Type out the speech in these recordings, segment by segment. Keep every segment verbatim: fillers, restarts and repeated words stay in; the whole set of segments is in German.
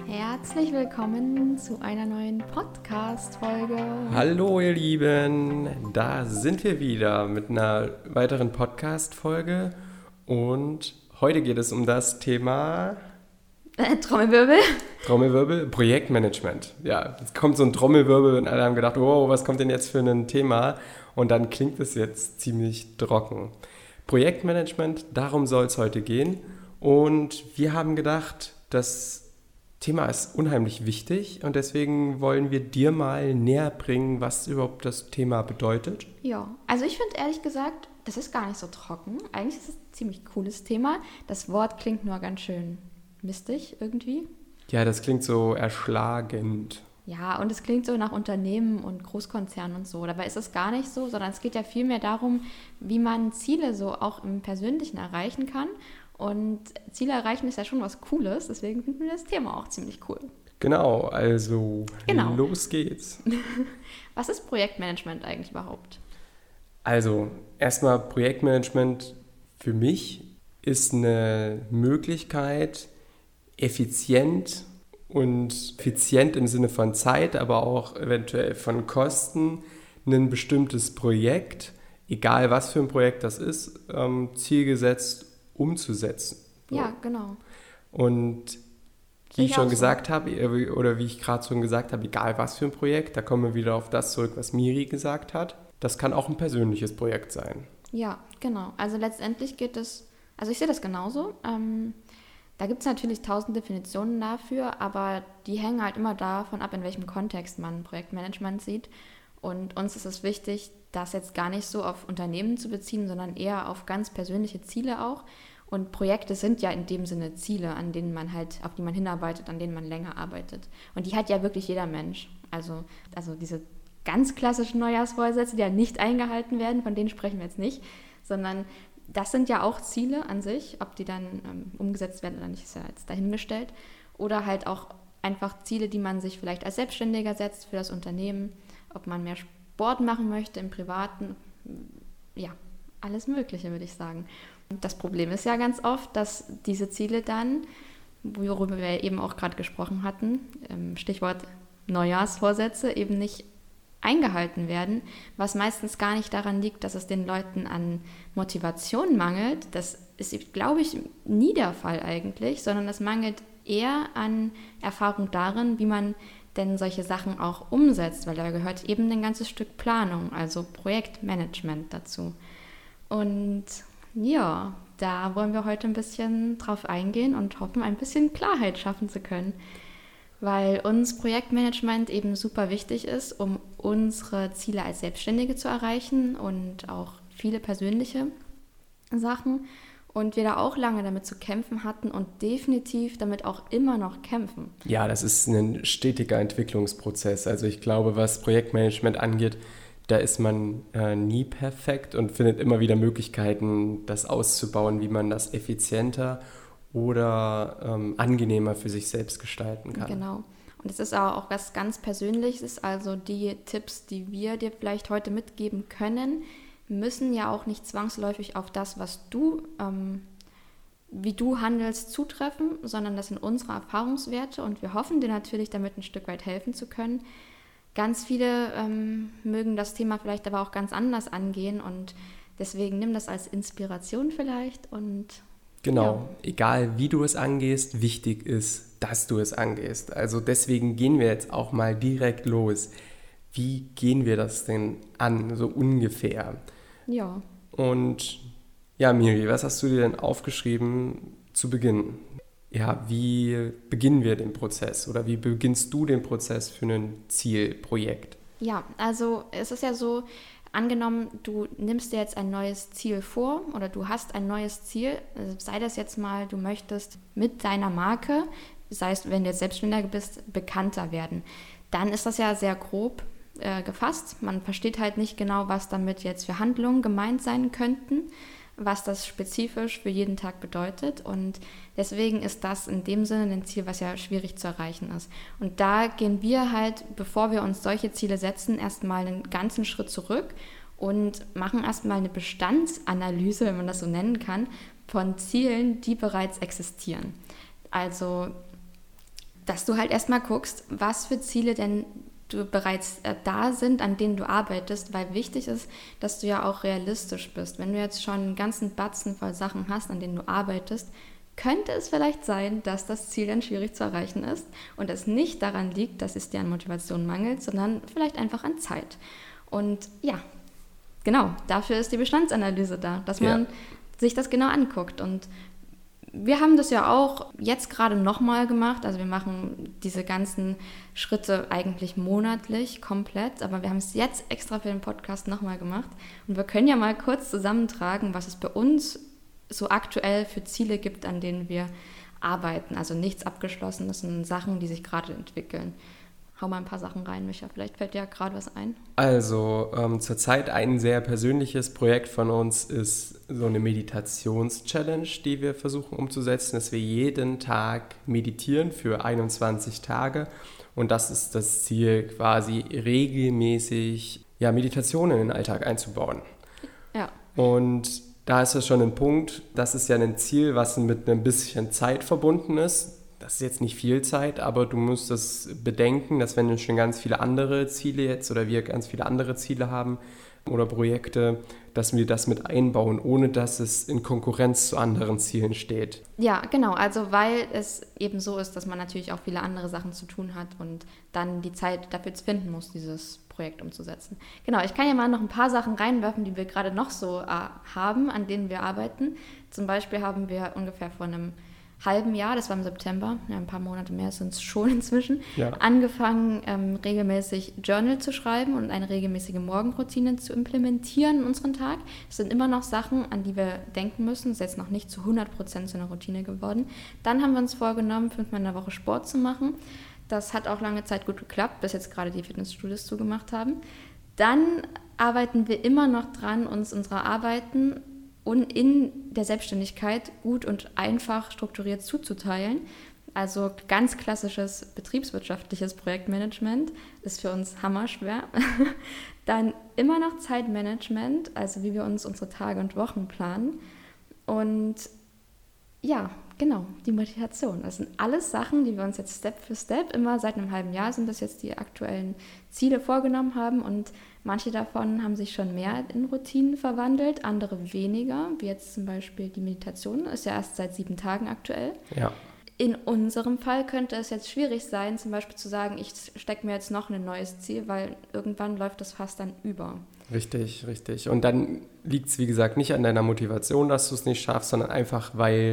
Herzlich willkommen zu einer neuen Podcast-Folge. Hallo ihr Lieben, da sind wir wieder mit einer weiteren Podcast-Folge und heute geht es um das Thema Äh, Trommelwirbel. Trommelwirbel, Projektmanagement. Ja, es kommt so ein Trommelwirbel und alle haben gedacht, wow, was kommt denn jetzt für ein Thema? Und dann klingt es jetzt ziemlich trocken. Projektmanagement, darum soll es heute gehen und wir haben gedacht, das Thema ist unheimlich wichtig und deswegen wollen wir dir mal näher bringen, was überhaupt das Thema bedeutet. Ja, also ich finde ehrlich gesagt, das ist gar nicht so trocken. Eigentlich ist es ein ziemlich cooles Thema. Das Wort klingt nur ganz schön mistig irgendwie. Ja, das klingt so erschlagend. Ja, und es klingt so nach Unternehmen und Großkonzernen und so. Dabei ist es gar nicht so, sondern es geht ja vielmehr darum, wie man Ziele so auch im Persönlichen erreichen kann. Und Ziele erreichen ist ja schon was Cooles, deswegen finden wir das Thema auch ziemlich cool. Genau, also Genau. Los geht's. Was ist Projektmanagement eigentlich überhaupt? Also erstmal Projektmanagement für mich ist eine Möglichkeit, effizient und effizient im Sinne von Zeit, aber auch eventuell von Kosten, ein bestimmtes Projekt, egal was für ein Projekt das ist, ähm, zielgesetzt umzusetzen. So. Ja, genau. Und wie Ich ich schon auch gesagt habe, oder wie ich gerade schon gesagt habe, egal was für ein Projekt, da kommen wir wieder auf das zurück, was Miri gesagt hat. Das kann auch ein persönliches Projekt sein. Ja, genau. Also letztendlich geht es, also ich sehe das genauso. Ähm, da gibt es natürlich tausend Definitionen dafür, aber die hängen halt immer davon ab, in welchem Kontext man Projektmanagement sieht. Und uns ist es wichtig, das jetzt gar nicht so auf Unternehmen zu beziehen, sondern eher auf ganz persönliche Ziele auch. Und Projekte sind ja in dem Sinne Ziele, an denen man halt, auf die man hinarbeitet, an denen man länger arbeitet. Und die hat ja wirklich jeder Mensch. Also, also diese ganz klassischen Neujahrsvorsätze, die ja nicht eingehalten werden, von denen sprechen wir jetzt nicht, sondern das sind ja auch Ziele an sich. Ob die dann ähm, umgesetzt werden oder nicht, ist ja jetzt dahingestellt. Oder halt auch einfach Ziele, die man sich vielleicht als Selbstständiger setzt für das Unternehmen, ob man mehr Sport machen möchte im Privaten, ja, alles Mögliche, würde ich sagen. Und das Problem ist ja ganz oft, dass diese Ziele dann, worüber wir eben auch gerade gesprochen hatten, Stichwort Neujahrsvorsätze, eben nicht eingehalten werden, was meistens gar nicht daran liegt, dass es den Leuten an Motivation mangelt. Das ist, glaube ich, nie der Fall eigentlich, sondern es mangelt eher an Erfahrung darin, wie man denn solche Sachen auch umsetzt, weil da gehört eben ein ganzes Stück Planung, also Projektmanagement dazu. Und ja, da wollen wir heute ein bisschen drauf eingehen und hoffen, ein bisschen Klarheit schaffen zu können, weil uns Projektmanagement eben super wichtig ist, um unsere Ziele als Selbstständige zu erreichen und auch viele persönliche Sachen. Und wir da auch lange damit zu kämpfen hatten und definitiv damit auch immer noch kämpfen. Ja, das ist ein stetiger Entwicklungsprozess. Also ich glaube, was Projektmanagement angeht, da ist man äh, nie perfekt und findet immer wieder Möglichkeiten, das auszubauen, wie man das effizienter oder ähm, angenehmer für sich selbst gestalten kann. Genau. Und es ist auch was ganz Persönliches, also die Tipps, die wir dir vielleicht heute mitgeben können, müssen ja auch nicht zwangsläufig auf das, was du, ähm, wie du handelst, zutreffen, sondern das sind unsere Erfahrungswerte und wir hoffen dir natürlich damit ein Stück weit helfen zu können. Ganz viele ähm, mögen das Thema vielleicht aber auch ganz anders angehen und deswegen nimm das als Inspiration vielleicht und Genau, ja. Egal wie du es angehst, wichtig ist, dass du es angehst. Also deswegen gehen wir jetzt auch mal direkt los. Wie gehen wir das denn an, so ungefähr? Ja. Und ja, Miri, was hast du dir denn aufgeschrieben zu Beginn? Ja, wie beginnen wir den Prozess oder wie beginnst du den Prozess für ein Zielprojekt? Ja, also es ist ja so, angenommen, du nimmst dir jetzt ein neues Ziel vor oder du hast ein neues Ziel, also sei das jetzt mal, du möchtest mit deiner Marke, sei es, wenn du jetzt Selbstständiger bist, bekannter werden, dann ist das ja sehr grob äh, gefasst. Man versteht halt nicht genau, was damit jetzt für Handlungen gemeint sein könnten, was das spezifisch für jeden Tag bedeutet und deswegen ist das in dem Sinne ein Ziel, was ja schwierig zu erreichen ist. Und da gehen wir halt, bevor wir uns solche Ziele setzen, erstmal einen ganzen Schritt zurück und machen erstmal eine Bestandsanalyse, wenn man das so nennen kann, von Zielen, die bereits existieren. Also dass du halt erstmal guckst, was für Ziele denn du bereits äh, da sind, an denen du arbeitest, weil wichtig ist, dass du ja auch realistisch bist. Wenn du jetzt schon einen ganzen Batzen voll Sachen hast, an denen du arbeitest, könnte es vielleicht sein, dass das Ziel dann schwierig zu erreichen ist und es nicht daran liegt, dass es dir an Motivation mangelt, sondern vielleicht einfach an Zeit. Und ja, genau, dafür ist die Bestandsanalyse da, dass man ja. sich das genau anguckt. Und wir haben das ja auch jetzt gerade nochmal gemacht. Also wir machen diese ganzen Schritte eigentlich monatlich komplett, aber wir haben es jetzt extra für den Podcast nochmal gemacht. Und wir können ja mal kurz zusammentragen, was es bei uns so aktuell für Ziele gibt, an denen wir arbeiten. Also nichts abgeschlossen, das sind Sachen, die sich gerade entwickeln. Hau mal ein paar Sachen rein, Micha. Vielleicht fällt dir ja gerade was ein. Also ähm, zurzeit ein sehr persönliches Projekt von uns ist so eine Meditations-Challenge, die wir versuchen umzusetzen, dass wir jeden Tag meditieren für einundzwanzig Tage. Und das ist das Ziel, quasi regelmäßig ja, Meditation in den Alltag einzubauen. Ja. Und da ist das schon ein Punkt, das ist ja ein Ziel, was mit einem bisschen Zeit verbunden ist. Das ist jetzt nicht viel Zeit, aber du musst das bedenken, dass wenn du schon ganz viele andere Ziele jetzt oder wir ganz viele andere Ziele haben oder Projekte, dass wir das mit einbauen, ohne dass es in Konkurrenz zu anderen Zielen steht. Ja, genau. Also weil es eben so ist, dass man natürlich auch viele andere Sachen zu tun hat und dann die Zeit dafür finden muss, dieses Projekt umzusetzen. Genau, ich kann ja mal noch ein paar Sachen reinwerfen, die wir gerade noch so äh, haben, an denen wir arbeiten. Zum Beispiel haben wir ungefähr vor einem halben Jahr, das war im September, ja, ein paar Monate mehr sind es schon inzwischen, ja. angefangen, ähm, regelmäßig Journal zu schreiben und eine regelmäßige Morgenroutine zu implementieren in unseren Tag. Das sind immer noch Sachen, an die wir denken müssen. Das ist jetzt noch nicht zu hundert Prozent zu einer Routine geworden. Dann haben wir uns vorgenommen, fünfmal in der Woche Sport zu machen. Das hat auch lange Zeit gut geklappt, bis jetzt gerade die Fitnessstudios zugemacht haben. Dann arbeiten wir immer noch dran, uns unsere Arbeiten und in der Selbstständigkeit gut und einfach strukturiert zuzuteilen. Also ganz klassisches betriebswirtschaftliches Projektmanagement ist für uns hammerschwer. Dann immer noch Zeitmanagement, also wie wir uns unsere Tage und Wochen planen. Und ja, genau, die Meditation. Das sind alles Sachen, die wir uns jetzt Step für Step, immer seit einem halben Jahr sind das jetzt die aktuellen Ziele vorgenommen haben und manche davon haben sich schon mehr in Routinen verwandelt, andere weniger, wie jetzt zum Beispiel die Meditation, ist ja erst seit sieben Tagen aktuell. Ja. In unserem Fall könnte es jetzt schwierig sein, zum Beispiel zu sagen, ich stecke mir jetzt noch ein neues Ziel, weil irgendwann läuft das fast dann über. Richtig, richtig. Und dann liegt es, wie gesagt, nicht an deiner Motivation, dass du es nicht schaffst, sondern einfach, weil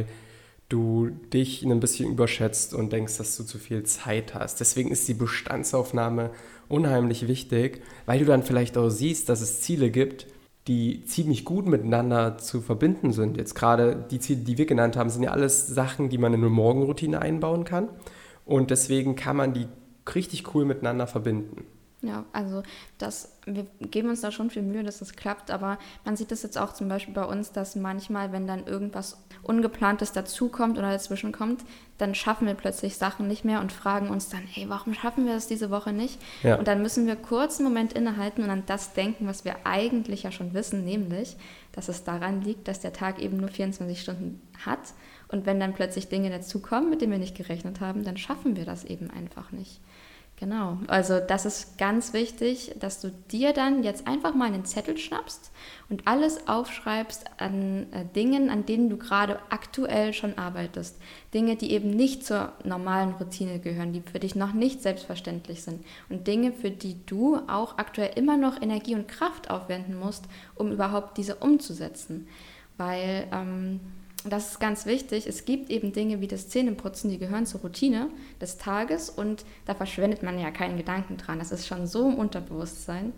du dich ein bisschen überschätzt und denkst, dass du zu viel Zeit hast. Deswegen ist die Bestandsaufnahme unheimlich wichtig, weil du dann vielleicht auch siehst, dass es Ziele gibt, die ziemlich gut miteinander zu verbinden sind. Jetzt gerade die Ziele, die wir genannt haben, sind ja alles Sachen, die man in eine Morgenroutine einbauen kann. Und deswegen kann man die richtig cool miteinander verbinden. Ja, also das, wir geben uns da schon viel Mühe, dass das klappt, aber man sieht das jetzt auch zum Beispiel bei uns, dass manchmal, wenn dann irgendwas Ungeplantes dazukommt oder dazwischen kommt, dann schaffen wir plötzlich Sachen nicht mehr und fragen uns dann, hey, warum schaffen wir das diese Woche nicht? Ja. Und dann müssen wir kurz einen Moment innehalten und an das denken, was wir eigentlich ja schon wissen, nämlich, dass es daran liegt, dass der Tag eben nur vierundzwanzig Stunden hat und wenn dann plötzlich Dinge dazukommen, mit denen wir nicht gerechnet haben, dann schaffen wir das eben einfach nicht. Genau, also das ist ganz wichtig, dass du dir dann jetzt einfach mal einen Zettel schnappst und alles aufschreibst an äh, Dingen, an denen du gerade aktuell schon arbeitest. Dinge, die eben nicht zur normalen Routine gehören, die für dich noch nicht selbstverständlich sind. Und Dinge, für die du auch aktuell immer noch Energie und Kraft aufwenden musst, um überhaupt diese umzusetzen. Weil ähm, das ist ganz wichtig, es gibt eben Dinge wie das Zähneputzen, die gehören zur Routine des Tages und da verschwendet man ja keinen Gedanken dran. Das ist schon so im Unterbewusstsein,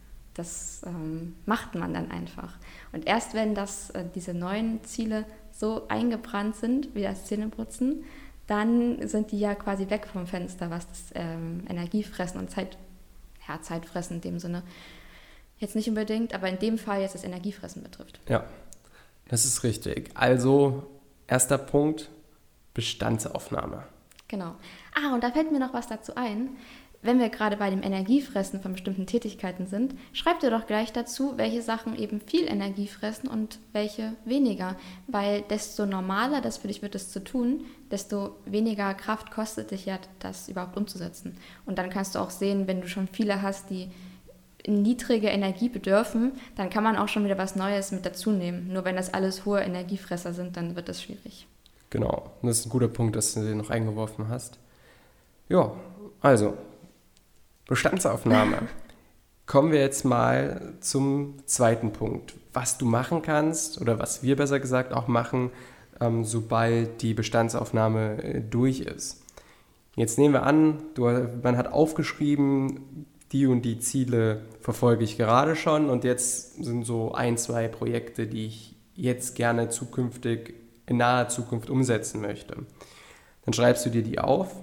das ähm, macht man dann einfach. Und erst wenn das, äh, diese neuen Ziele so eingebrannt sind, wie das Zähneputzen, dann sind die ja quasi weg vom Fenster, was das ähm, Energiefressen und Zeit, ja, Zeitfressen in dem Sinne jetzt nicht unbedingt, aber in dem Fall jetzt das Energiefressen betrifft. Ja. Das ist richtig. Also, erster Punkt, Bestandsaufnahme. Genau. Ah, und da fällt mir noch was dazu ein. wenn wir gerade bei dem Energiefressen von bestimmten Tätigkeiten sind, schreib dir doch gleich dazu, welche Sachen eben viel Energie fressen und welche weniger. Weil desto normaler das für dich wird, das zu tun, desto weniger Kraft kostet dich ja, das überhaupt umzusetzen. Und dann kannst du auch sehen, wenn du schon viele hast, die niedrige Energie bedürfen, dann kann man auch schon wieder was Neues mit dazu nehmen. Nur wenn das alles hohe Energiefresser sind, dann wird das schwierig. Genau, das ist ein guter Punkt, dass du den noch eingeworfen hast. Ja, also Bestandsaufnahme. Kommen wir jetzt mal zum zweiten Punkt. Was du machen kannst oder was wir besser gesagt auch machen, ähm, sobald die Bestandsaufnahme äh, durch ist. Jetzt nehmen wir an, du, man hat aufgeschrieben, die und die Ziele verfolge ich gerade schon und jetzt sind so ein, zwei Projekte, die ich jetzt gerne zukünftig, in naher Zukunft umsetzen möchte. Dann schreibst du dir die auf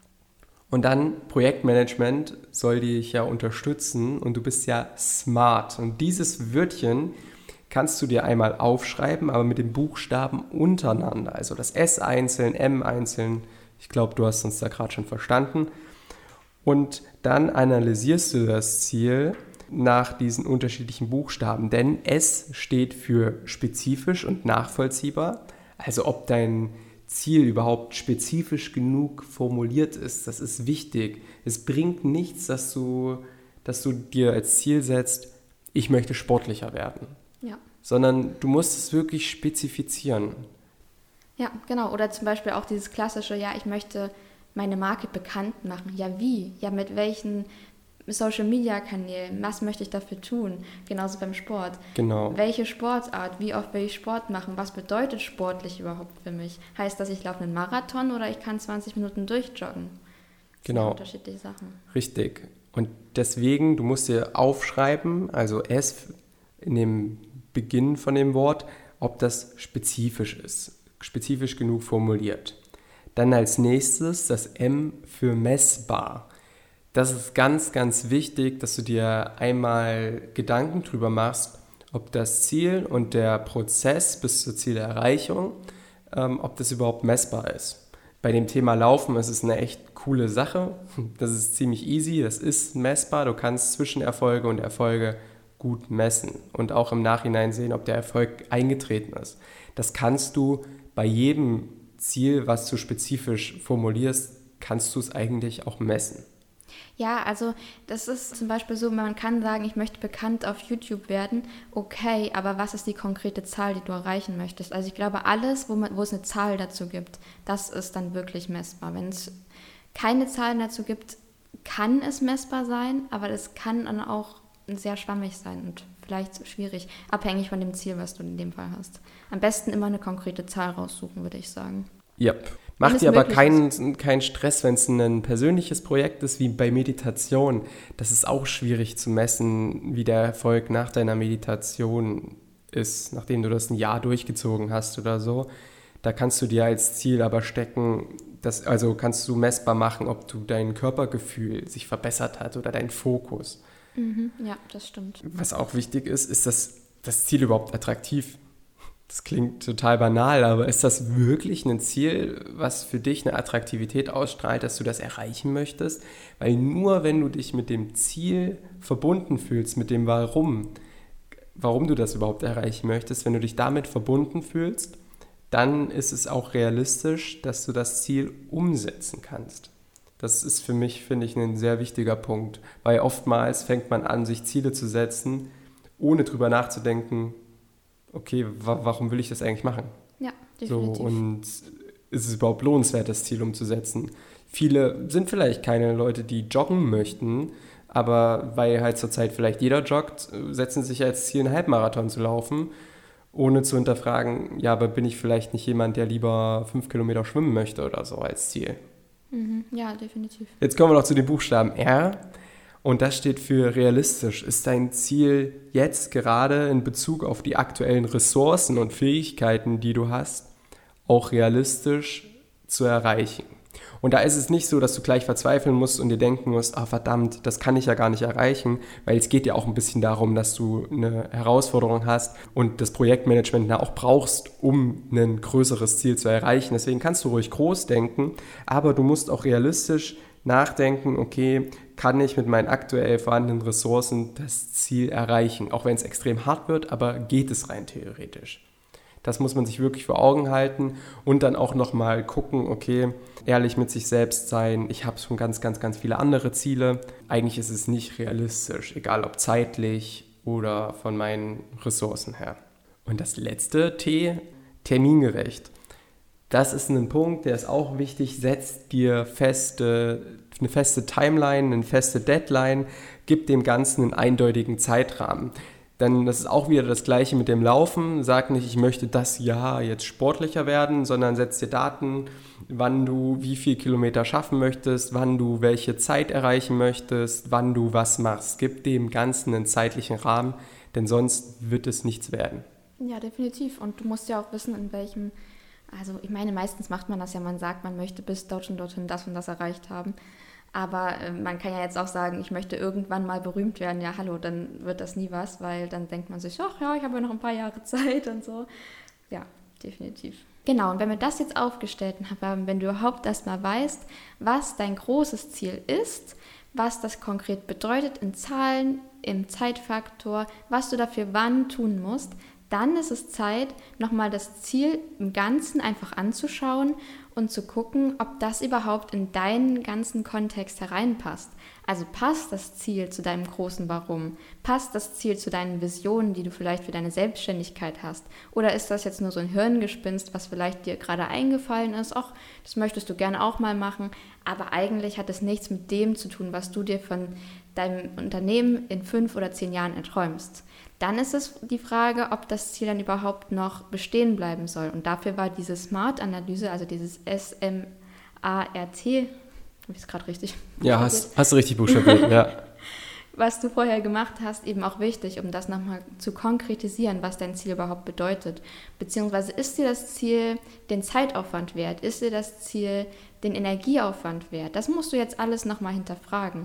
und dann Projektmanagement soll dich ja unterstützen und du bist ja smart. Und dieses Wörtchen kannst du dir einmal aufschreiben, aber mit den Buchstaben untereinander. Also das S einzeln, M einzeln. Ich glaube, du hast uns da gerade schon verstanden. Und dann analysierst du das Ziel nach diesen unterschiedlichen Buchstaben. Denn S steht für spezifisch und nachvollziehbar. Also ob dein Ziel überhaupt spezifisch genug formuliert ist, das ist wichtig. Es bringt nichts, dass du, dass du dir als Ziel setzt, ich möchte sportlicher werden. Ja. Sondern du musst es wirklich spezifizieren. Ja, genau. Oder zum Beispiel auch dieses klassische, ja, ich möchte meine Marke bekannt machen. Ja, wie? Ja, mit welchen Social-Media-Kanälen? Was möchte ich dafür tun? Genauso beim Sport. Genau. Welche Sportart? Wie oft will ich Sport machen? Was bedeutet sportlich überhaupt für mich? Heißt das, ich laufe einen Marathon oder ich kann zwanzig Minuten durchjoggen? Das genau. sind unterschiedliche Sachen. Richtig. Und deswegen, du musst dir aufschreiben, also S in dem Beginn von dem Wort, ob das spezifisch ist. Spezifisch genug formuliert. Dann als nächstes das M für messbar. Das ist ganz, ganz wichtig, dass du dir einmal Gedanken drüber machst, ob das Ziel und der Prozess bis zur Zielerreichung, ähm, ob das überhaupt messbar ist. Bei dem Thema Laufen ist es eine echt coole Sache. Das ist ziemlich easy, das ist messbar. Du kannst Zwischenerfolge und Erfolge gut messen und auch im Nachhinein sehen, ob der Erfolg eingetreten ist. Das kannst du bei jedem Ziel, was du spezifisch formulierst, kannst du es eigentlich auch messen. Ja, also das ist zum Beispiel so, man kann sagen, ich möchte bekannt auf YouTube werden, okay, aber was ist die konkrete Zahl, die du erreichen möchtest? Also ich glaube, alles, wo, man, wo es eine Zahl dazu gibt, das ist dann wirklich messbar. Wenn es keine Zahlen dazu gibt, kann es messbar sein, aber das kann dann auch sehr schwammig sein und vielleicht schwierig, abhängig von dem Ziel, was du in dem Fall hast. Am besten immer eine konkrete Zahl raussuchen, würde ich sagen. Ja, mach dir aber keinen kein Stress, wenn es ein persönliches Projekt ist, wie bei Meditation. Das ist auch schwierig zu messen, wie der Erfolg nach deiner Meditation ist, nachdem du das ein Jahr durchgezogen hast oder so. Da kannst du dir als Ziel aber stecken, das, also kannst du messbar machen, ob du dein Körpergefühl sich verbessert hat oder dein Fokus. Mhm, ja, das stimmt. Was auch wichtig ist, ist das, das Ziel überhaupt attraktiv. Das klingt total banal, aber ist das wirklich ein Ziel, was für dich eine Attraktivität ausstrahlt, dass du das erreichen möchtest? Weil nur wenn du dich mit dem Ziel verbunden fühlst, mit dem Warum, warum du das überhaupt erreichen möchtest, wenn du dich damit verbunden fühlst, dann ist es auch realistisch, dass du das Ziel umsetzen kannst. Das ist für mich, finde ich, ein sehr wichtiger Punkt, weil oftmals fängt man an, sich Ziele zu setzen, ohne drüber nachzudenken, okay, wa- warum will ich das eigentlich machen? Ja, definitiv. So, und ist es überhaupt lohnenswert, das Ziel umzusetzen? Viele sind vielleicht keine Leute, die joggen möchten, aber weil halt zurzeit vielleicht jeder joggt, setzen sich als Ziel, einen Halbmarathon zu laufen, ohne zu hinterfragen, ja, aber bin ich vielleicht nicht jemand, der lieber fünf Kilometer schwimmen möchte oder so als Ziel? Mhm, ja, definitiv. Jetzt kommen wir noch zu dem Buchstaben R. Und das steht für realistisch. Ist dein Ziel jetzt gerade in Bezug auf die aktuellen Ressourcen und Fähigkeiten, die du hast, auch realistisch zu erreichen? Und da ist es nicht so, dass du gleich verzweifeln musst und dir denken musst, ah verdammt, das kann ich ja gar nicht erreichen, weil es geht ja auch ein bisschen darum, dass du eine Herausforderung hast und das Projektmanagement auch brauchst, um ein größeres Ziel zu erreichen. Deswegen kannst du ruhig groß denken, aber du musst auch realistisch nachdenken, okay, kann ich mit meinen aktuell vorhandenen Ressourcen das Ziel erreichen? Auch wenn es extrem hart wird, aber geht es rein theoretisch? Das muss man sich wirklich vor Augen halten und dann auch nochmal gucken, okay, ehrlich mit sich selbst sein. Ich habe schon ganz, ganz, ganz viele andere Ziele. Eigentlich ist es nicht realistisch, egal ob zeitlich oder von meinen Ressourcen her. Und das letzte T, termingerecht. Das ist ein Punkt, der ist auch wichtig. Setz dir feste, eine feste Timeline, eine feste Deadline. Gib dem Ganzen einen eindeutigen Zeitrahmen. Denn das ist auch wieder das Gleiche mit dem Laufen. Sag nicht, ich möchte das Jahr jetzt sportlicher werden, sondern setz dir Daten, wann du wie viel Kilometer schaffen möchtest, wann du welche Zeit erreichen möchtest, wann du was machst. Gib dem Ganzen einen zeitlichen Rahmen, denn sonst wird es nichts werden. Ja, definitiv. Und du musst ja auch wissen, in welchem, also ich meine, meistens macht man das ja, man sagt, man möchte bis dorthin, dorthin das und das erreicht haben. Aber äh, man kann ja jetzt auch sagen, ich möchte irgendwann mal berühmt werden. Ja, hallo, dann wird das nie was, weil dann denkt man sich, ach ja, ich habe ja noch ein paar Jahre Zeit und so. Ja, definitiv. Genau, und wenn wir das jetzt aufgestellt haben, wenn du überhaupt erstmal weißt, was dein großes Ziel ist, was das konkret bedeutet in Zahlen, im Zeitfaktor, was du dafür wann tun musst, dann ist es Zeit, nochmal das Ziel im Ganzen einfach anzuschauen und zu gucken, ob das überhaupt in deinen ganzen Kontext hereinpasst. Also passt das Ziel zu deinem großen Warum? Passt das Ziel zu deinen Visionen, die du vielleicht für deine Selbstständigkeit hast? Oder ist das jetzt nur so ein Hirngespinst, was vielleicht dir gerade eingefallen ist? Ach, das möchtest du gerne auch mal machen, aber eigentlich hat es nichts mit dem zu tun, was du dir von deinem Unternehmen in fünf oder zehn Jahren erträumst. Dann ist es die Frage, ob das Ziel dann überhaupt noch bestehen bleiben soll. Und dafür war diese SMART-Analyse, also dieses S M A R T, habe ich es gerade richtig Ja, hast, hast du richtig buchstabiert, ja. Was du vorher gemacht hast, eben auch wichtig, um das nochmal zu konkretisieren, was dein Ziel überhaupt bedeutet. Beziehungsweise ist dir das Ziel den Zeitaufwand wert? Ist dir das Ziel den Energieaufwand wert? Das musst du jetzt alles nochmal hinterfragen.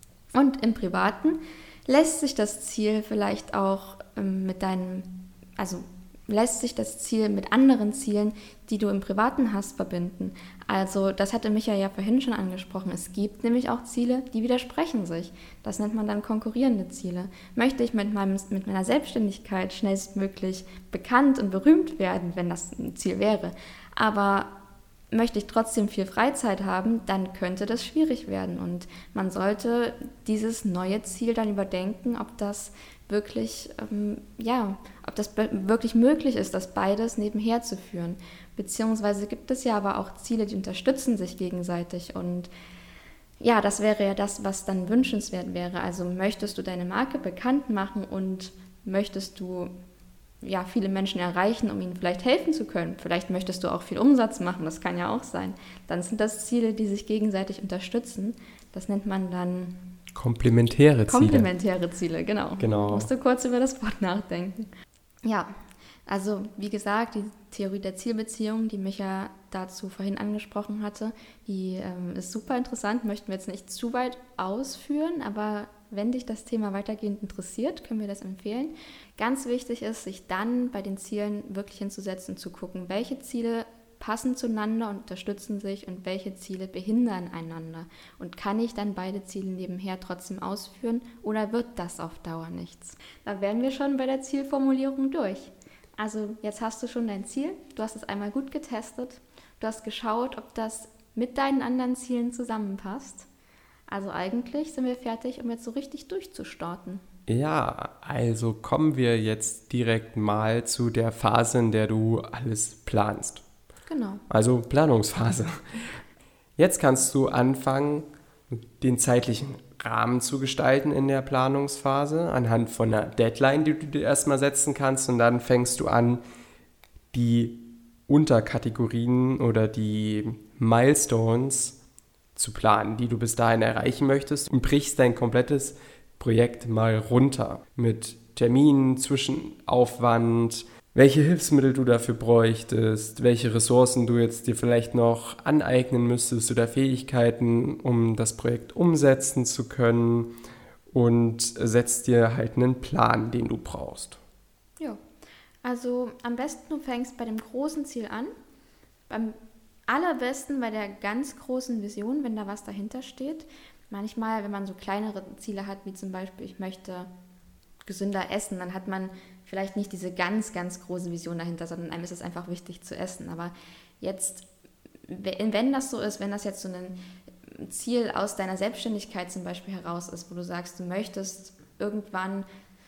Und im Privaten lässt sich das Ziel vielleicht auch ähm, mit deinem, also lässt sich das Ziel mit anderen Zielen, die du im Privaten hast, verbinden. Also das hatte Micha ja vorhin schon angesprochen. Es gibt nämlich auch Ziele, die widersprechen sich. Das nennt man dann konkurrierende Ziele. Möchte ich mit, meinem, mit meiner Selbstständigkeit schnellstmöglich bekannt und berühmt werden, wenn das ein Ziel wäre, aber möchte ich trotzdem viel Freizeit haben, dann könnte das schwierig werden. Und man sollte dieses neue Ziel dann überdenken, ob das wirklich, ähm, ja, ob das be- wirklich möglich ist, das beides nebenher zu führen. Beziehungsweise gibt es ja aber auch Ziele, die unterstützen sich gegenseitig. Und ja, das wäre ja das, was dann wünschenswert wäre. Also möchtest du deine Marke bekannt machen und möchtest du ja, viele Menschen erreichen, um ihnen vielleicht helfen zu können. Vielleicht möchtest du auch viel Umsatz machen, das kann ja auch sein. Dann sind das Ziele, die sich gegenseitig unterstützen. Das nennt man dann Komplementäre Ziele. Komplementäre Ziele, genau. Genau. Musst du kurz über das Wort nachdenken. Ja, also wie gesagt, die Theorie der Zielbeziehung, die Micha dazu vorhin angesprochen hatte, die ähm, ist super interessant, möchten wir jetzt nicht zu weit ausführen, aber wenn dich das Thema weitergehend interessiert, können wir das empfehlen. Ganz wichtig ist, sich dann bei den Zielen wirklich hinzusetzen und zu gucken, welche Ziele passen zueinander und unterstützen sich und welche Ziele behindern einander. Und kann ich dann beide Ziele nebenher trotzdem ausführen oder wird das auf Dauer nichts? Da wären wir schon bei der Zielformulierung durch. Also jetzt hast du schon dein Ziel, du hast es einmal gut getestet, du hast geschaut, ob das mit deinen anderen Zielen zusammenpasst. Also eigentlich sind wir fertig, um jetzt so richtig durchzustarten. Ja, also kommen wir jetzt direkt mal zu der Phase, in der du alles planst. Genau. Also Planungsphase. Jetzt kannst du anfangen, den zeitlichen Rahmen zu gestalten in der Planungsphase, anhand von einer Deadline, die du dir erstmal setzen kannst. Und dann fängst du an, die Unterkategorien oder die Milestones zu planen, die du bis dahin erreichen möchtest, und brichst dein komplettes Projekt mal runter mit Terminen, Zwischenaufwand, welche Hilfsmittel du dafür bräuchtest, welche Ressourcen du jetzt dir vielleicht noch aneignen müsstest oder Fähigkeiten, um das Projekt umsetzen zu können, und setzt dir halt einen Plan, den du brauchst. Ja, also am besten du fängst bei dem großen Ziel an, beim allerbesten bei der ganz großen Vision, wenn da was dahinter steht. Manchmal, wenn man so kleinere Ziele hat, wie zum Beispiel, ich möchte gesünder essen, dann hat man vielleicht nicht diese ganz, ganz große Vision dahinter, sondern einem ist es einfach wichtig zu essen. Aber jetzt, wenn das so ist, wenn das jetzt so ein Ziel aus deiner Selbstständigkeit zum Beispiel heraus ist, wo du sagst, du möchtest irgendwann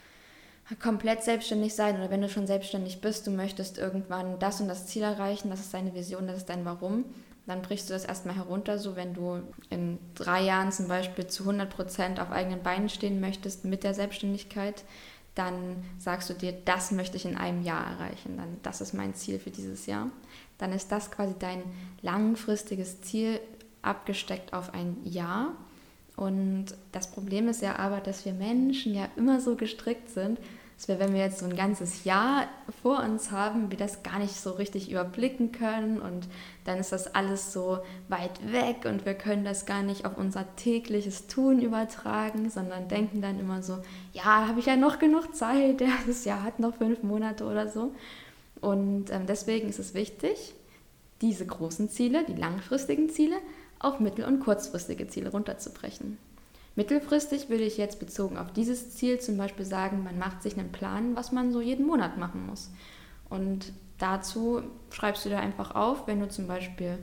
komplett selbstständig sein oder wenn du schon selbstständig bist, du möchtest irgendwann das und das Ziel erreichen, das ist deine Vision, das ist dein Warum, dann brichst du das erstmal herunter, so wenn du in drei Jahren zum Beispiel zu hundert Prozent auf eigenen Beinen stehen möchtest mit der Selbstständigkeit, dann sagst du dir, das möchte ich in einem Jahr erreichen, dann das ist mein Ziel für dieses Jahr. Dann ist das quasi dein langfristiges Ziel abgesteckt auf ein Jahr. Und das Problem ist ja aber, dass wir Menschen ja immer so gestrickt sind, dass wir, wenn wir jetzt so ein ganzes Jahr vor uns haben, wir das gar nicht so richtig überblicken können und dann ist das alles so weit weg und wir können das gar nicht auf unser tägliches Tun übertragen, sondern denken dann immer so, ja, habe ich ja noch genug Zeit, ja, das Jahr hat noch fünf Monate oder so. Und ähm, deswegen ist es wichtig, diese großen Ziele, die langfristigen Ziele, auf mittel- und kurzfristige Ziele runterzubrechen. Mittelfristig würde ich jetzt bezogen auf dieses Ziel zum Beispiel sagen, man macht sich einen Plan, was man so jeden Monat machen muss. Und dazu schreibst du dir einfach auf, wenn du zum Beispiel,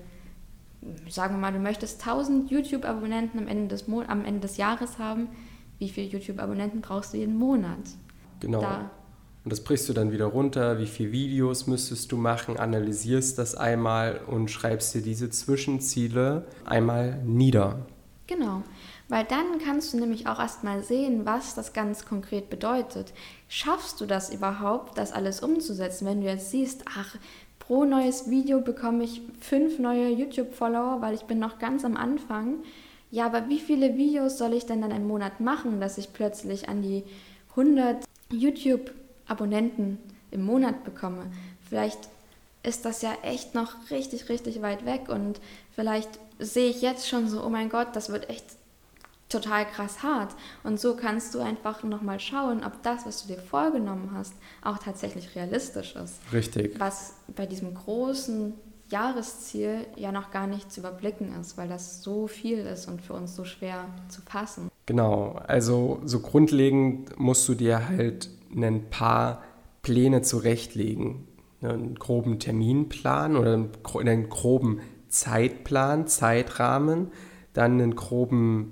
sagen wir mal, du möchtest tausend YouTube-Abonnenten am Ende des, Mo- am Ende des Jahres haben, wie viele YouTube-Abonnenten brauchst du jeden Monat? Genau. Da Und das brichst du dann wieder runter, wie viele Videos müsstest du machen, analysierst das einmal und schreibst dir diese Zwischenziele einmal nieder. Genau, weil dann kannst du nämlich auch erstmal sehen, was das ganz konkret bedeutet. Schaffst du das überhaupt, das alles umzusetzen, wenn du jetzt siehst, ach, pro neues Video bekomme ich fünf neue YouTube-Follower, weil ich bin noch ganz am Anfang. Ja, aber wie viele Videos soll ich denn dann im Monat machen, dass ich plötzlich an die hundert YouTube-Abonnenten im Monat bekomme? Vielleicht ist das ja echt noch richtig, richtig weit weg und vielleicht sehe ich jetzt schon so, oh mein Gott, das wird echt total krass hart. Und so kannst du einfach nochmal schauen, ob das, was du dir vorgenommen hast, auch tatsächlich realistisch ist. Richtig. Was bei diesem großen Jahresziel ja noch gar nicht zu überblicken ist, weil das so viel ist und für uns so schwer zu fassen. Genau, also so grundlegend musst du dir halt ein paar Pläne zurechtlegen. Einen groben Terminplan oder einen groben Zeitplan, Zeitrahmen, dann einen groben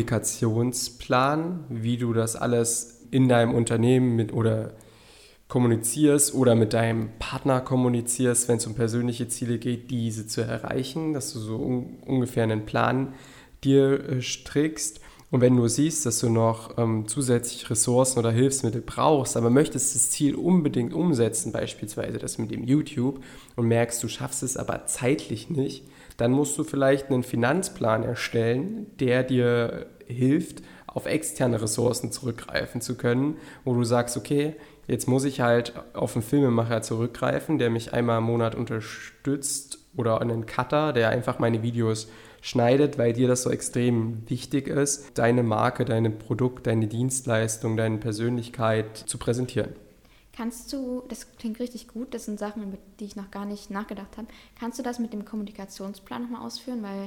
Kommunikationsplan, wie du das alles in deinem Unternehmen mit oder kommunizierst oder mit deinem Partner kommunizierst, wenn es um persönliche Ziele geht, diese zu erreichen, dass du so un- ungefähr einen Plan dir äh, strickst. Und wenn du siehst, dass du noch ähm, zusätzlich Ressourcen oder Hilfsmittel brauchst, aber möchtest das Ziel unbedingt umsetzen, beispielsweise das mit dem YouTube, und merkst, du schaffst es aber zeitlich nicht, dann musst du vielleicht einen Finanzplan erstellen, der dir hilft, auf externe Ressourcen zurückgreifen zu können, wo du sagst, okay, jetzt muss ich halt auf einen Filmemacher zurückgreifen, der mich einmal im Monat unterstützt oder einen Cutter, der einfach meine Videos schneidet, weil dir das so extrem wichtig ist, deine Marke, dein Produkt, deine Dienstleistung, deine Persönlichkeit zu präsentieren. Kannst du, das klingt richtig gut, das sind Sachen, über die ich noch gar nicht nachgedacht habe, kannst du das mit dem Kommunikationsplan nochmal ausführen, weil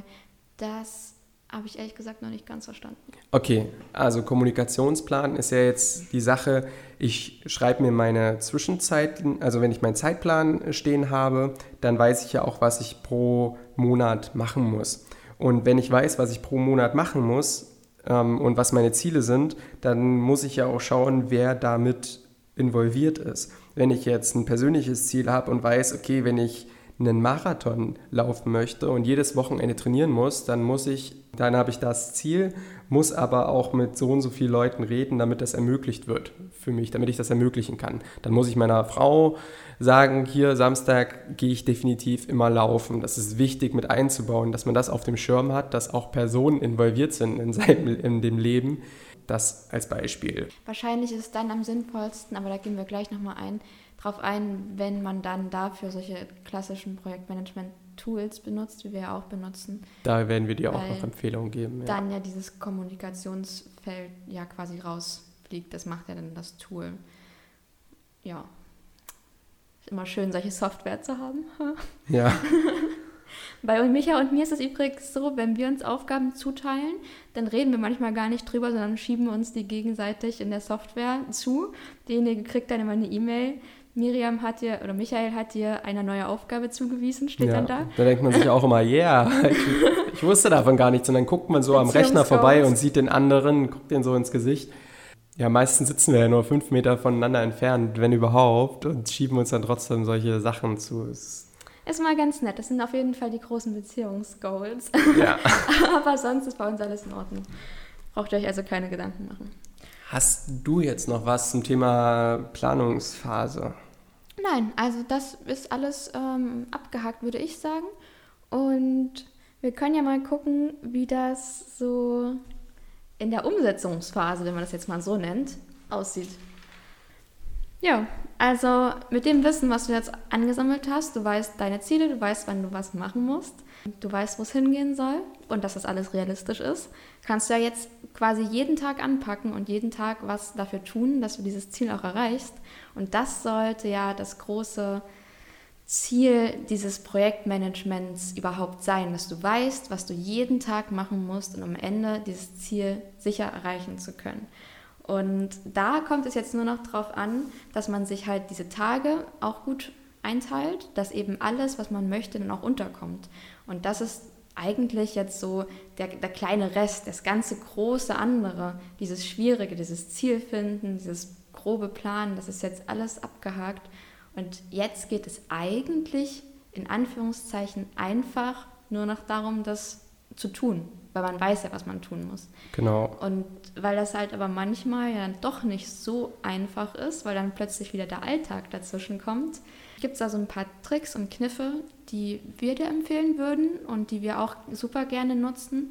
das habe ich ehrlich gesagt noch nicht ganz verstanden. Okay, also Kommunikationsplan ist ja jetzt die Sache, ich schreibe mir meine Zwischenzeit, also wenn ich meinen Zeitplan stehen habe, dann weiß ich ja auch, was ich pro Monat machen muss. Und wenn ich weiß, was ich pro Monat machen muss ähm, und was meine Ziele sind, dann muss ich ja auch schauen, wer damit involviert ist. Wenn ich jetzt ein persönliches Ziel habe und weiß, okay, wenn ich einen Marathon laufen möchte und jedes Wochenende trainieren muss, dann muss ich, dann habe ich das Ziel, muss aber auch mit so und so vielen Leuten reden, damit das ermöglicht wird für mich, damit ich das ermöglichen kann. Dann muss ich meiner Frau sagen, hier Samstag gehe ich definitiv immer laufen. Das ist wichtig mit einzubauen, dass man das auf dem Schirm hat, dass auch Personen involviert sind in seinem in dem Leben. Das als Beispiel. Wahrscheinlich ist es dann am sinnvollsten, aber da gehen wir gleich nochmal ein, drauf ein, wenn man dann dafür solche klassischen Projektmanagement-Tools benutzt, wie wir ja auch benutzen. Da werden wir dir auch noch Empfehlungen geben. Ja. Dann ja dieses Kommunikationsfeld ja quasi rausfliegt, das macht ja dann das Tool. Ja, ist immer schön, solche Software zu haben. Ja. Bei Micha und mir ist es übrigens so, wenn wir uns Aufgaben zuteilen, dann reden wir manchmal gar nicht drüber, sondern schieben uns die gegenseitig in der Software zu. Derjenige kriegt dann immer eine E-Mail. Miriam hat dir, oder Michael hat dir eine neue Aufgabe zugewiesen, steht ja, dann da. Da denkt man sich auch immer, yeah, ich, ich wusste davon gar nichts. Und dann guckt man so am Rechner vorbei und sieht den anderen, guckt den so ins Gesicht. Ja, meistens sitzen wir ja nur fünf Meter voneinander entfernt, wenn überhaupt, und schieben uns dann trotzdem solche Sachen zu. Es ist mal ganz nett. Das sind auf jeden Fall die großen Beziehungsgoals. Ja. Aber sonst ist bei uns alles in Ordnung. Braucht ihr euch also keine Gedanken machen. Hast du jetzt noch was zum Thema Planungsphase? Nein, also das ist alles ähm, abgehakt, würde ich sagen. Und wir können ja mal gucken, wie das so in der Umsetzungsphase, wenn man das jetzt mal so nennt, aussieht. Ja, also mit dem Wissen, was du jetzt angesammelt hast, du weißt deine Ziele, du weißt, wann du was machen musst, du weißt, wo es hingehen soll und dass das alles realistisch ist, kannst du ja jetzt quasi jeden Tag anpacken und jeden Tag was dafür tun, dass du dieses Ziel auch erreichst. Und das sollte ja das große Ziel dieses Projektmanagements überhaupt sein, dass du weißt, was du jeden Tag machen musst, um am Ende dieses Ziel sicher erreichen zu können. Und da kommt es jetzt nur noch darauf an, dass man sich halt diese Tage auch gut einteilt, dass eben alles, was man möchte, dann auch unterkommt. Und das ist eigentlich jetzt so der, der kleine Rest, das ganze große andere, dieses Schwierige, dieses Zielfinden, dieses grobe Planen, das ist jetzt alles abgehakt. Und jetzt geht es eigentlich in Anführungszeichen einfach nur noch darum, das zu tun, weil man weiß ja, was man tun muss. Genau. Und weil das halt aber manchmal ja dann doch nicht so einfach ist, weil dann plötzlich wieder der Alltag dazwischen kommt, gibt es da so ein paar Tricks und Kniffe, die wir dir empfehlen würden und die wir auch super gerne nutzen.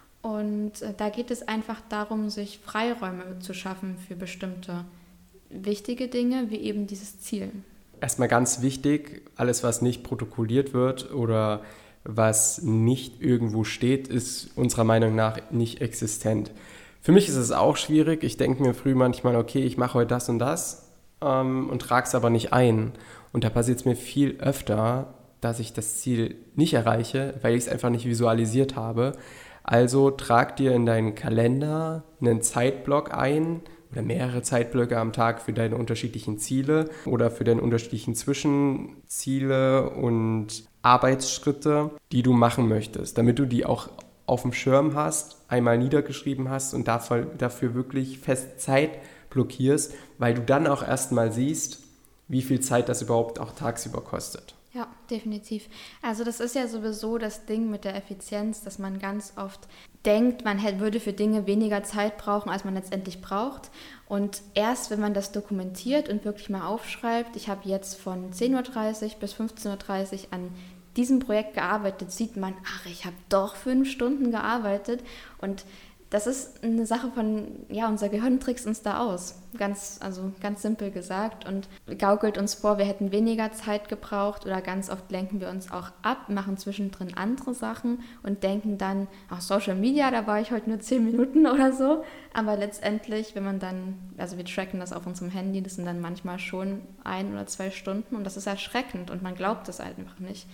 Und äh, da geht es einfach darum, sich Freiräume zu schaffen für bestimmte wichtige Dinge, wie eben dieses Ziel. Erstmal ganz wichtig, alles, was nicht protokolliert wird oder was nicht irgendwo steht, ist unserer Meinung nach nicht existent. Für mich ist es auch schwierig. Ich denke mir früh manchmal, okay, ich mache heute das und das ähm, und trage es aber nicht ein. Und da passiert es mir viel öfter, dass ich das Ziel nicht erreiche, weil ich es einfach nicht visualisiert habe. Also trag dir in deinen Kalender einen Zeitblock ein, oder mehrere Zeitblöcke am Tag für deine unterschiedlichen Ziele oder für deine unterschiedlichen Zwischenziele und Arbeitsschritte, die du machen möchtest, damit du die auch auf dem Schirm hast, einmal niedergeschrieben hast und dafür, dafür wirklich fest Zeit blockierst, weil du dann auch erstmal siehst, wie viel Zeit das überhaupt auch tagsüber kostet. Ja, definitiv. Also das ist ja sowieso das Ding mit der Effizienz, dass man ganz oft denkt, man hätte, würde für Dinge weniger Zeit brauchen, als man letztendlich braucht. Und erst, wenn man das dokumentiert und wirklich mal aufschreibt, ich habe jetzt von zehn Uhr dreißig bis fünfzehn Uhr dreißig an diesem Projekt gearbeitet, sieht man, ach, ich habe doch fünf Stunden gearbeitet. Und das ist eine Sache von, ja, unser Gehirn trickst uns da aus, ganz, also ganz simpel gesagt, und gaukelt uns vor, wir hätten weniger Zeit gebraucht, oder ganz oft lenken wir uns auch ab, machen zwischendrin andere Sachen und denken dann, ach, Social Media, da war ich heute nur zehn Minuten oder so, aber letztendlich, wenn man dann, also wir tracken das auf unserem Handy, das sind dann manchmal schon ein oder zwei Stunden und das ist erschreckend und man glaubt es einfach nicht.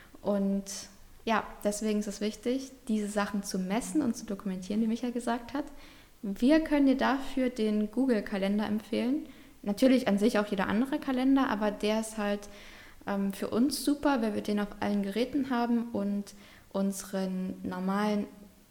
Und ja, deswegen ist es wichtig, diese Sachen zu messen und zu dokumentieren, wie Michael gesagt hat. Wir können dir dafür den Google-Kalender empfehlen. Natürlich an sich auch jeder andere Kalender, aber der ist halt ähm, für uns super, weil wir den auf allen Geräten haben und unseren normalen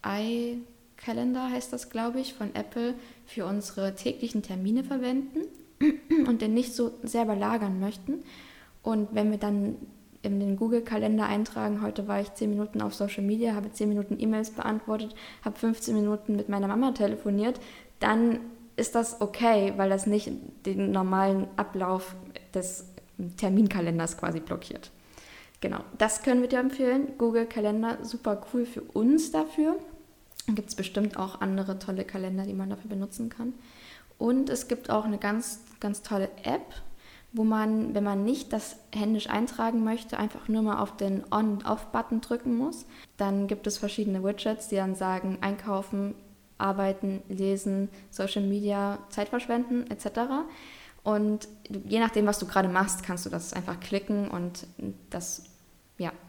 iCalendar, heißt das, glaube ich, von Apple, für unsere täglichen Termine verwenden und den nicht so sehr überlagern möchten. Und wenn wir dann in den Google-Kalender eintragen, heute war ich zehn Minuten auf Social Media, habe zehn Minuten E-Mails beantwortet, habe fünfzehn Minuten mit meiner Mama telefoniert, dann ist das okay, weil das nicht den normalen Ablauf des Terminkalenders quasi blockiert. Genau, das können wir dir empfehlen. Google-Kalender, super cool für uns dafür. Dann gibt es bestimmt auch andere tolle Kalender, die man dafür benutzen kann. Und es gibt auch eine ganz, ganz tolle App, wo man, wenn man nicht das händisch eintragen möchte, einfach nur mal auf den On- und Off-Button drücken muss. Dann gibt es verschiedene Widgets, die dann sagen, einkaufen, arbeiten, lesen, Social Media, Zeit verschwenden et cetera. Und je nachdem, was du gerade machst, kannst du das einfach klicken und das ja,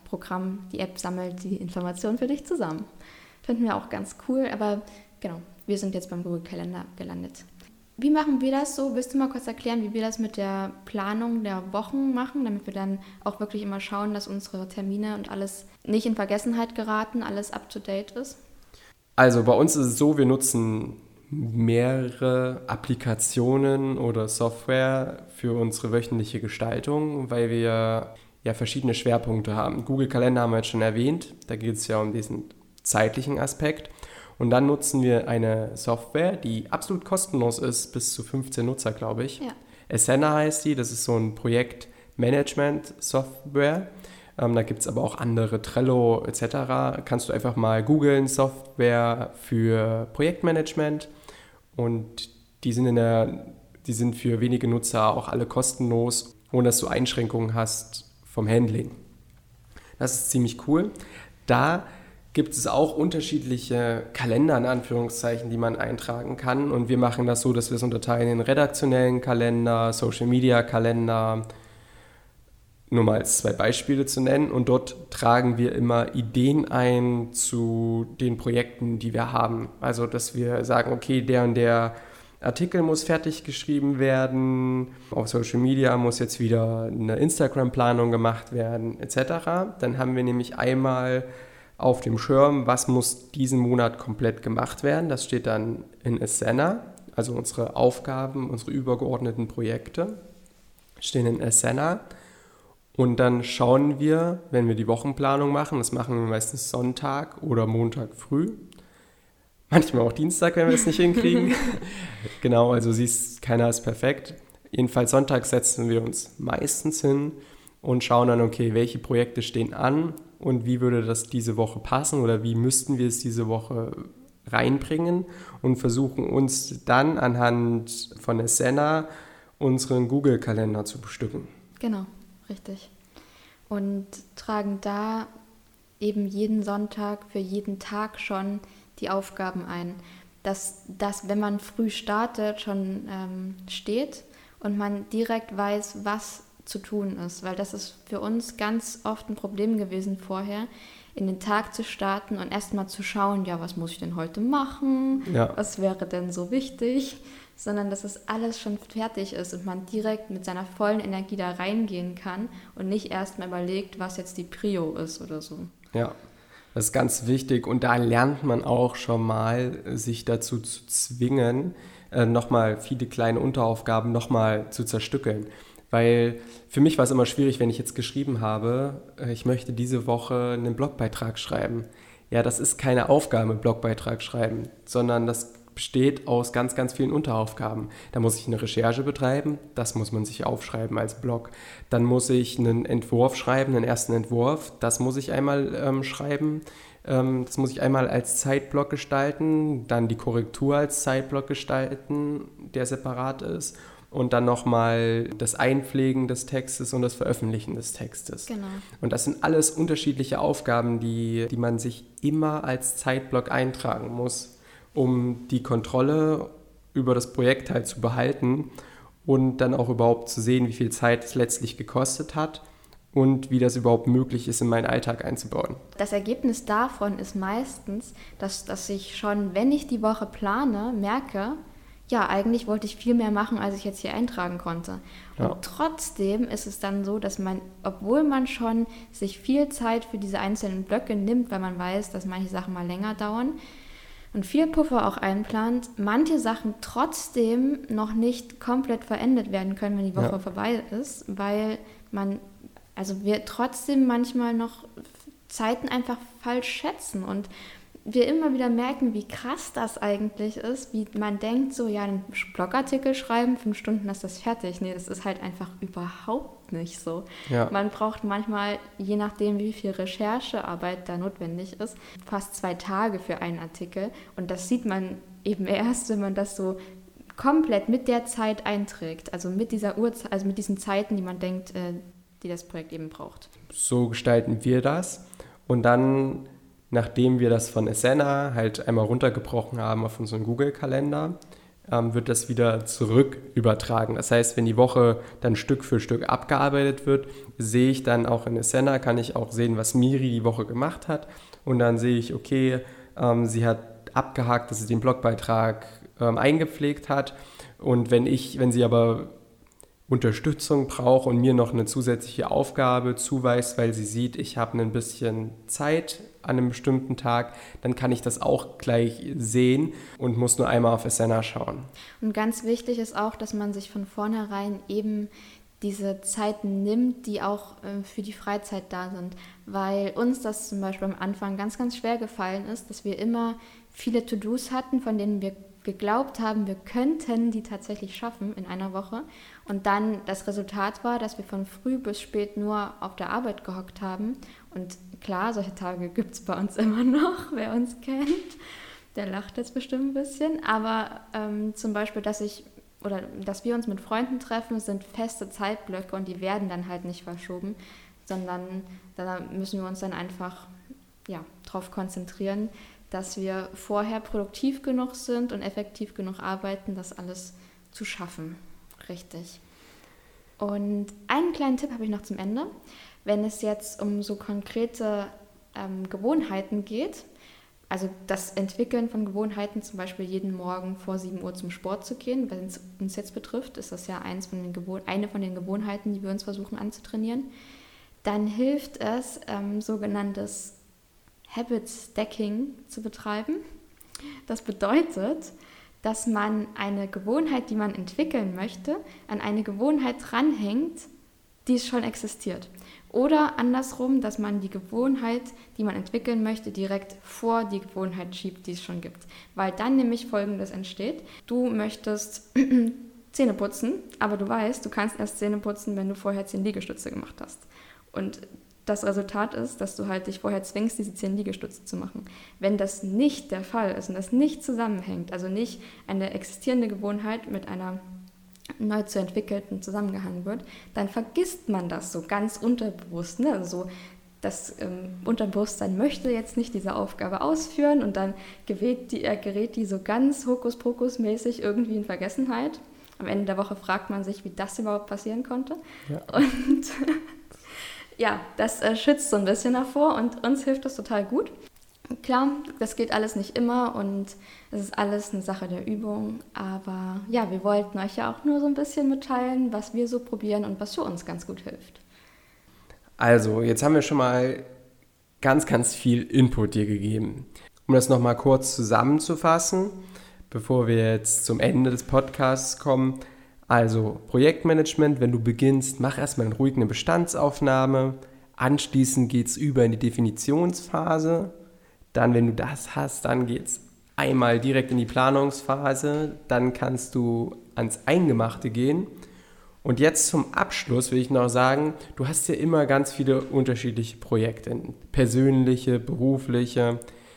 Programm, die App sammelt die Informationen für dich zusammen. Finden wir auch ganz cool, aber genau, wir sind jetzt beim Google-Kalender gelandet. Wie machen wir das so? Willst du mal kurz erklären, wie wir das mit der Planung der Wochen machen, damit wir dann auch wirklich immer schauen, dass unsere Termine und alles nicht in Vergessenheit geraten, alles up-to-date ist? Also bei uns ist es so, wir nutzen mehrere Applikationen oder Software für unsere wöchentliche Gestaltung, weil wir ja verschiedene Schwerpunkte haben. Google Kalender haben wir jetzt schon erwähnt, da geht es ja um diesen zeitlichen Aspekt. Und dann nutzen wir eine Software, die absolut kostenlos ist, bis zu fünfzehn Nutzer, glaube ich. Ja. Asana heißt die, das ist so ein Projektmanagement-Software. Ähm, da gibt es aber auch andere, Trello et cetera. Kannst du einfach mal googeln, Software für Projektmanagement. Und die sind, in der, die sind für wenige Nutzer auch alle kostenlos, ohne dass du Einschränkungen hast vom Handling. Das ist ziemlich cool. Da gibt es auch unterschiedliche Kalender, in Anführungszeichen, die man eintragen kann. Und wir machen das so, dass wir es unterteilen in redaktionellen Kalender, Social-Media-Kalender, nur mal als zwei Beispiele zu nennen. Und dort tragen wir immer Ideen ein zu den Projekten, die wir haben. Also, dass wir sagen, okay, der und der Artikel muss fertig geschrieben werden, auf Social Media muss jetzt wieder eine Instagram-Planung gemacht werden, et cetera. Dann haben wir nämlich einmal auf dem Schirm, was muss diesen Monat komplett gemacht werden. Das steht dann in Asana, also unsere Aufgaben, unsere übergeordneten Projekte stehen in Asana. Und dann schauen wir, wenn wir die Wochenplanung machen, das machen wir meistens Sonntag oder Montag früh, manchmal auch Dienstag, wenn wir es nicht hinkriegen. Genau, also siehst, keiner ist perfekt. Jedenfalls Sonntag setzen wir uns meistens hin und schauen dann, okay, welche Projekte stehen an und wie würde das diese Woche passen oder wie müssten wir es diese Woche reinbringen und versuchen uns dann anhand von Asana unseren Google-Kalender zu bestücken. Genau, richtig. Und tragen da eben jeden Sonntag für jeden Tag schon die Aufgaben ein, dass das, wenn man früh startet, schon ähm, steht und man direkt weiß, was zu tun ist, weil das ist für uns ganz oft ein Problem gewesen vorher, in den Tag zu starten und erstmal zu schauen, ja, was muss ich denn heute machen, ja. Was wäre denn so wichtig, sondern dass es alles schon fertig ist und man direkt mit seiner vollen Energie da reingehen kann und nicht erstmal überlegt, was jetzt die Prio ist oder so. Ja, das ist ganz wichtig und da lernt man auch schon mal, sich dazu zu zwingen, äh, nochmal viele kleine Unteraufgaben nochmal zu zerstückeln. Weil für mich war es immer schwierig, wenn ich jetzt geschrieben habe, ich möchte diese Woche einen Blogbeitrag schreiben. Ja, das ist keine Aufgabe, Blogbeitrag schreiben, sondern das besteht aus ganz, ganz vielen Unteraufgaben. Da muss ich eine Recherche betreiben, das muss man sich aufschreiben als Blog. Dann muss ich einen Entwurf schreiben, einen ersten Entwurf, das muss ich einmal ähm, schreiben. Ähm, das muss ich einmal als Zeitblock gestalten, dann die Korrektur als Zeitblock gestalten, der separat ist. Und dann nochmal das Einpflegen des Textes und das Veröffentlichen des Textes. Genau. Und das sind alles unterschiedliche Aufgaben, die, die man sich immer als Zeitblock eintragen muss, um die Kontrolle über das Projekt halt zu behalten und dann auch überhaupt zu sehen, wie viel Zeit es letztlich gekostet hat und wie das überhaupt möglich ist, in meinen Alltag einzubauen. Das Ergebnis davon ist meistens, dass, dass ich schon, wenn ich die Woche plane, merke, ja, eigentlich wollte ich viel mehr machen, als ich jetzt hier eintragen konnte. Und ja. Trotzdem ist es dann so, dass man, obwohl man schon sich viel Zeit für diese einzelnen Blöcke nimmt, weil man weiß, dass manche Sachen mal länger dauern und viel Puffer auch einplant, manche Sachen trotzdem noch nicht komplett verendet werden können, wenn die Woche ja. vorbei ist, weil man, also wir trotzdem manchmal noch Zeiten einfach falsch schätzen und wir immer wieder merken, wie krass das eigentlich ist, wie man denkt, so ja, einen Blogartikel schreiben, fünf Stunden ist das fertig. Nee, das ist halt einfach überhaupt nicht so. Ja. Man braucht manchmal, je nachdem, wie viel Recherchearbeit da notwendig ist, fast zwei Tage für einen Artikel. Und das sieht man eben erst, wenn man das so komplett mit der Zeit einträgt, also mit dieser Uhrzeit, also mit diesen Zeiten, die man denkt, äh, die das Projekt eben braucht. So gestalten wir das und dann, nachdem wir das von Asana halt einmal runtergebrochen haben auf unseren Google-Kalender, ähm, wird das wieder zurück übertragen. Das heißt, wenn die Woche dann Stück für Stück abgearbeitet wird, sehe ich dann auch in Asana, kann ich auch sehen, was Miri die Woche gemacht hat. Und dann sehe ich, okay, ähm, sie hat abgehakt, dass sie den Blogbeitrag ähm, eingepflegt hat. Und wenn ich, wenn sie aber Unterstützung braucht und mir noch eine zusätzliche Aufgabe zuweist, weil sie sieht, ich habe ein bisschen Zeit an einem bestimmten Tag, dann kann ich das auch gleich sehen und muss nur einmal auf Asana schauen. Und ganz wichtig ist auch, dass man sich von vornherein eben diese Zeiten nimmt, die auch äh, für die Freizeit da sind, weil uns das zum Beispiel am Anfang ganz, ganz schwer gefallen ist, dass wir immer viele To-Dos hatten, von denen wir geglaubt haben, wir könnten die tatsächlich schaffen in einer Woche. Und dann das Resultat war, dass wir von früh bis spät nur auf der Arbeit gehockt haben. Und klar, solche Tage gibt es bei uns immer noch, wer uns kennt. Der lacht jetzt bestimmt ein bisschen. Aber ähm, zum Beispiel, dass ich oder dass wir uns mit Freunden treffen, sind feste Zeitblöcke und die werden dann halt nicht verschoben, sondern da müssen wir uns dann einfach ja, darauf konzentrieren, dass wir vorher produktiv genug sind und effektiv genug arbeiten, das alles zu schaffen. Richtig. Und einen kleinen Tipp habe ich noch zum Ende. Wenn es jetzt um so konkrete ähm, Gewohnheiten geht, also das Entwickeln von Gewohnheiten, zum Beispiel jeden Morgen vor sieben Uhr zum Sport zu gehen, wenn es uns jetzt betrifft, ist das ja eins von den Gewohn- eine von den Gewohnheiten, die wir uns versuchen anzutrainieren, dann hilft es, ähm, sogenanntes Habit Stacking zu betreiben. Das bedeutet, dass man eine Gewohnheit, die man entwickeln möchte, an eine Gewohnheit dranhängt, die schon existiert. Oder andersrum, dass man die Gewohnheit, die man entwickeln möchte, direkt vor die Gewohnheit schiebt, die es schon gibt. Weil dann nämlich Folgendes entsteht. Du möchtest Zähne putzen, aber du weißt, du kannst erst Zähne putzen, wenn du vorher zehn Liegestütze gemacht hast. Und das Resultat ist, dass du halt dich vorher zwingst, diese zehn Liegestütze zu machen. Wenn das nicht der Fall ist und das nicht zusammenhängt, also nicht eine existierende Gewohnheit mit einer neu zu entwickelten zusammengehangen wird, dann vergisst man das so ganz unterbewusst. Ne? Also so, das ähm, Unterbewusstsein möchte jetzt nicht diese Aufgabe ausführen und dann gerät die, äh, gerät die so ganz Hokuspokus-mäßig irgendwie in Vergessenheit. Am Ende der Woche fragt man sich, wie das überhaupt passieren konnte. Ja. Und ja, das äh, schützt so ein bisschen davor und uns hilft das total gut. Klar, das geht alles nicht immer und es ist alles eine Sache der Übung, aber ja, wir wollten euch ja auch nur so ein bisschen mitteilen, was wir so probieren und was für uns ganz gut hilft. Also, jetzt haben wir schon mal ganz, ganz viel Input dir gegeben. Um das nochmal kurz zusammenzufassen, bevor wir jetzt zum Ende des Podcasts kommen. Also, Projektmanagement, wenn du beginnst, mach erstmal in ruhig eine Bestandsaufnahme. Anschließend geht es über in die Definitionsphase. Dann, wenn du das hast, dann geht es einmal direkt in die Planungsphase. Dann kannst du ans Eingemachte gehen. Und jetzt zum Abschluss will ich noch sagen, du hast ja immer ganz viele unterschiedliche Projekte, persönliche, berufliche.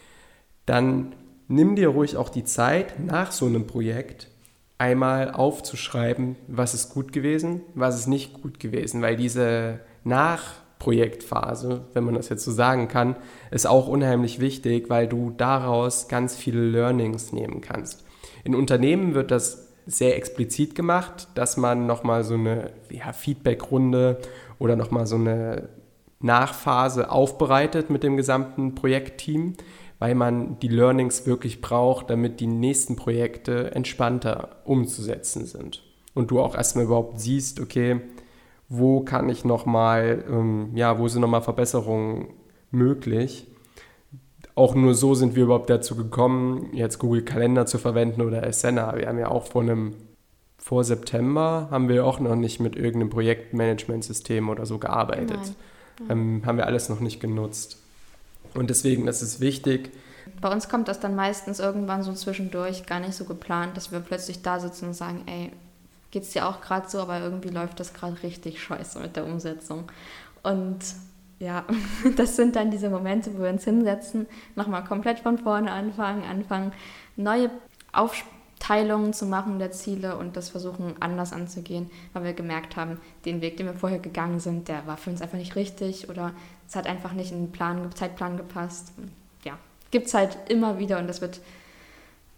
Dann nimm dir ruhig auch die Zeit, nach so einem Projekt einmal aufzuschreiben, was ist gut gewesen, was ist nicht gut gewesen, weil diese Nachprojektphase, wenn man das jetzt so sagen kann, ist auch unheimlich wichtig, weil du daraus ganz viele Learnings nehmen kannst. In Unternehmen wird das sehr explizit gemacht, dass man nochmal so eine ja, Feedback-Runde oder nochmal so eine Nachphase aufbereitet mit dem gesamten Projektteam, weil man die Learnings wirklich braucht, damit die nächsten Projekte entspannter umzusetzen sind. Und du auch erstmal überhaupt siehst, okay, wo kann ich nochmal, ähm, ja, wo sind nochmal Verbesserungen möglich. Auch nur so sind wir überhaupt dazu gekommen, jetzt Google Kalender zu verwenden oder Asana. Wir haben ja auch vor einem, vor September haben wir auch noch nicht mit irgendeinem Projektmanagementsystem oder so gearbeitet. Nein. Ähm, haben wir alles noch nicht genutzt. Und deswegen ist es wichtig. Bei uns kommt das dann meistens irgendwann so zwischendurch, gar nicht so geplant, dass wir plötzlich da sitzen und sagen, ey, geht's dir auch gerade so, aber irgendwie läuft das gerade richtig scheiße mit der Umsetzung. Und ja, das sind dann diese Momente, wo wir uns hinsetzen, nochmal komplett von vorne anfangen, anfangen, neue Aufteilungen zu machen der Ziele und das versuchen anders anzugehen, weil wir gemerkt haben, den Weg, den wir vorher gegangen sind, der war für uns einfach nicht richtig oder es hat einfach nicht in den Plan, Zeitplan gepasst. Ja, gibt es halt immer wieder und das wird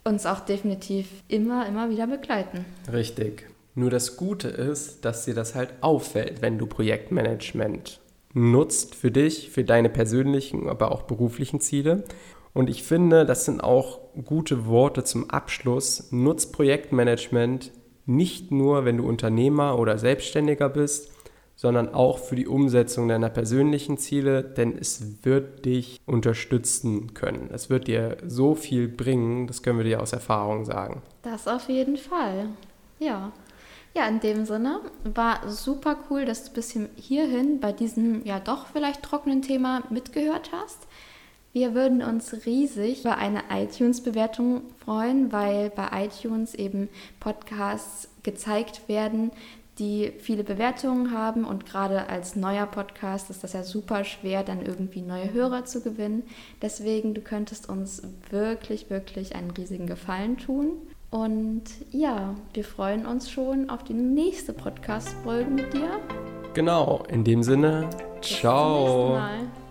uns auch definitiv immer, immer wieder begleiten. Richtig. Nur das Gute ist, dass dir das halt auffällt, wenn du Projektmanagement nutzt für dich, für deine persönlichen, aber auch beruflichen Ziele. Und ich finde, das sind auch gute Worte zum Abschluss. Nutz Projektmanagement nicht nur, wenn du Unternehmer oder Selbstständiger bist, sondern auch für die Umsetzung deiner persönlichen Ziele, denn es wird dich unterstützen können. Es wird dir so viel bringen, das können wir dir aus Erfahrung sagen. Das auf jeden Fall, ja. Ja, in dem Sinne war super cool, dass du bis hierhin bei diesem ja doch vielleicht trockenen Thema mitgehört hast. Wir würden uns riesig über eine iTunes-Bewertung freuen, weil bei iTunes eben Podcasts gezeigt werden, die viele Bewertungen haben, und gerade als neuer Podcast ist das ja super schwer, dann irgendwie neue Hörer zu gewinnen. Deswegen, du könntest uns wirklich, wirklich einen riesigen Gefallen tun. Und ja, wir freuen uns schon auf die nächste Podcast-Folge mit dir. Genau, in dem Sinne, ciao. Bis zum nächsten Mal.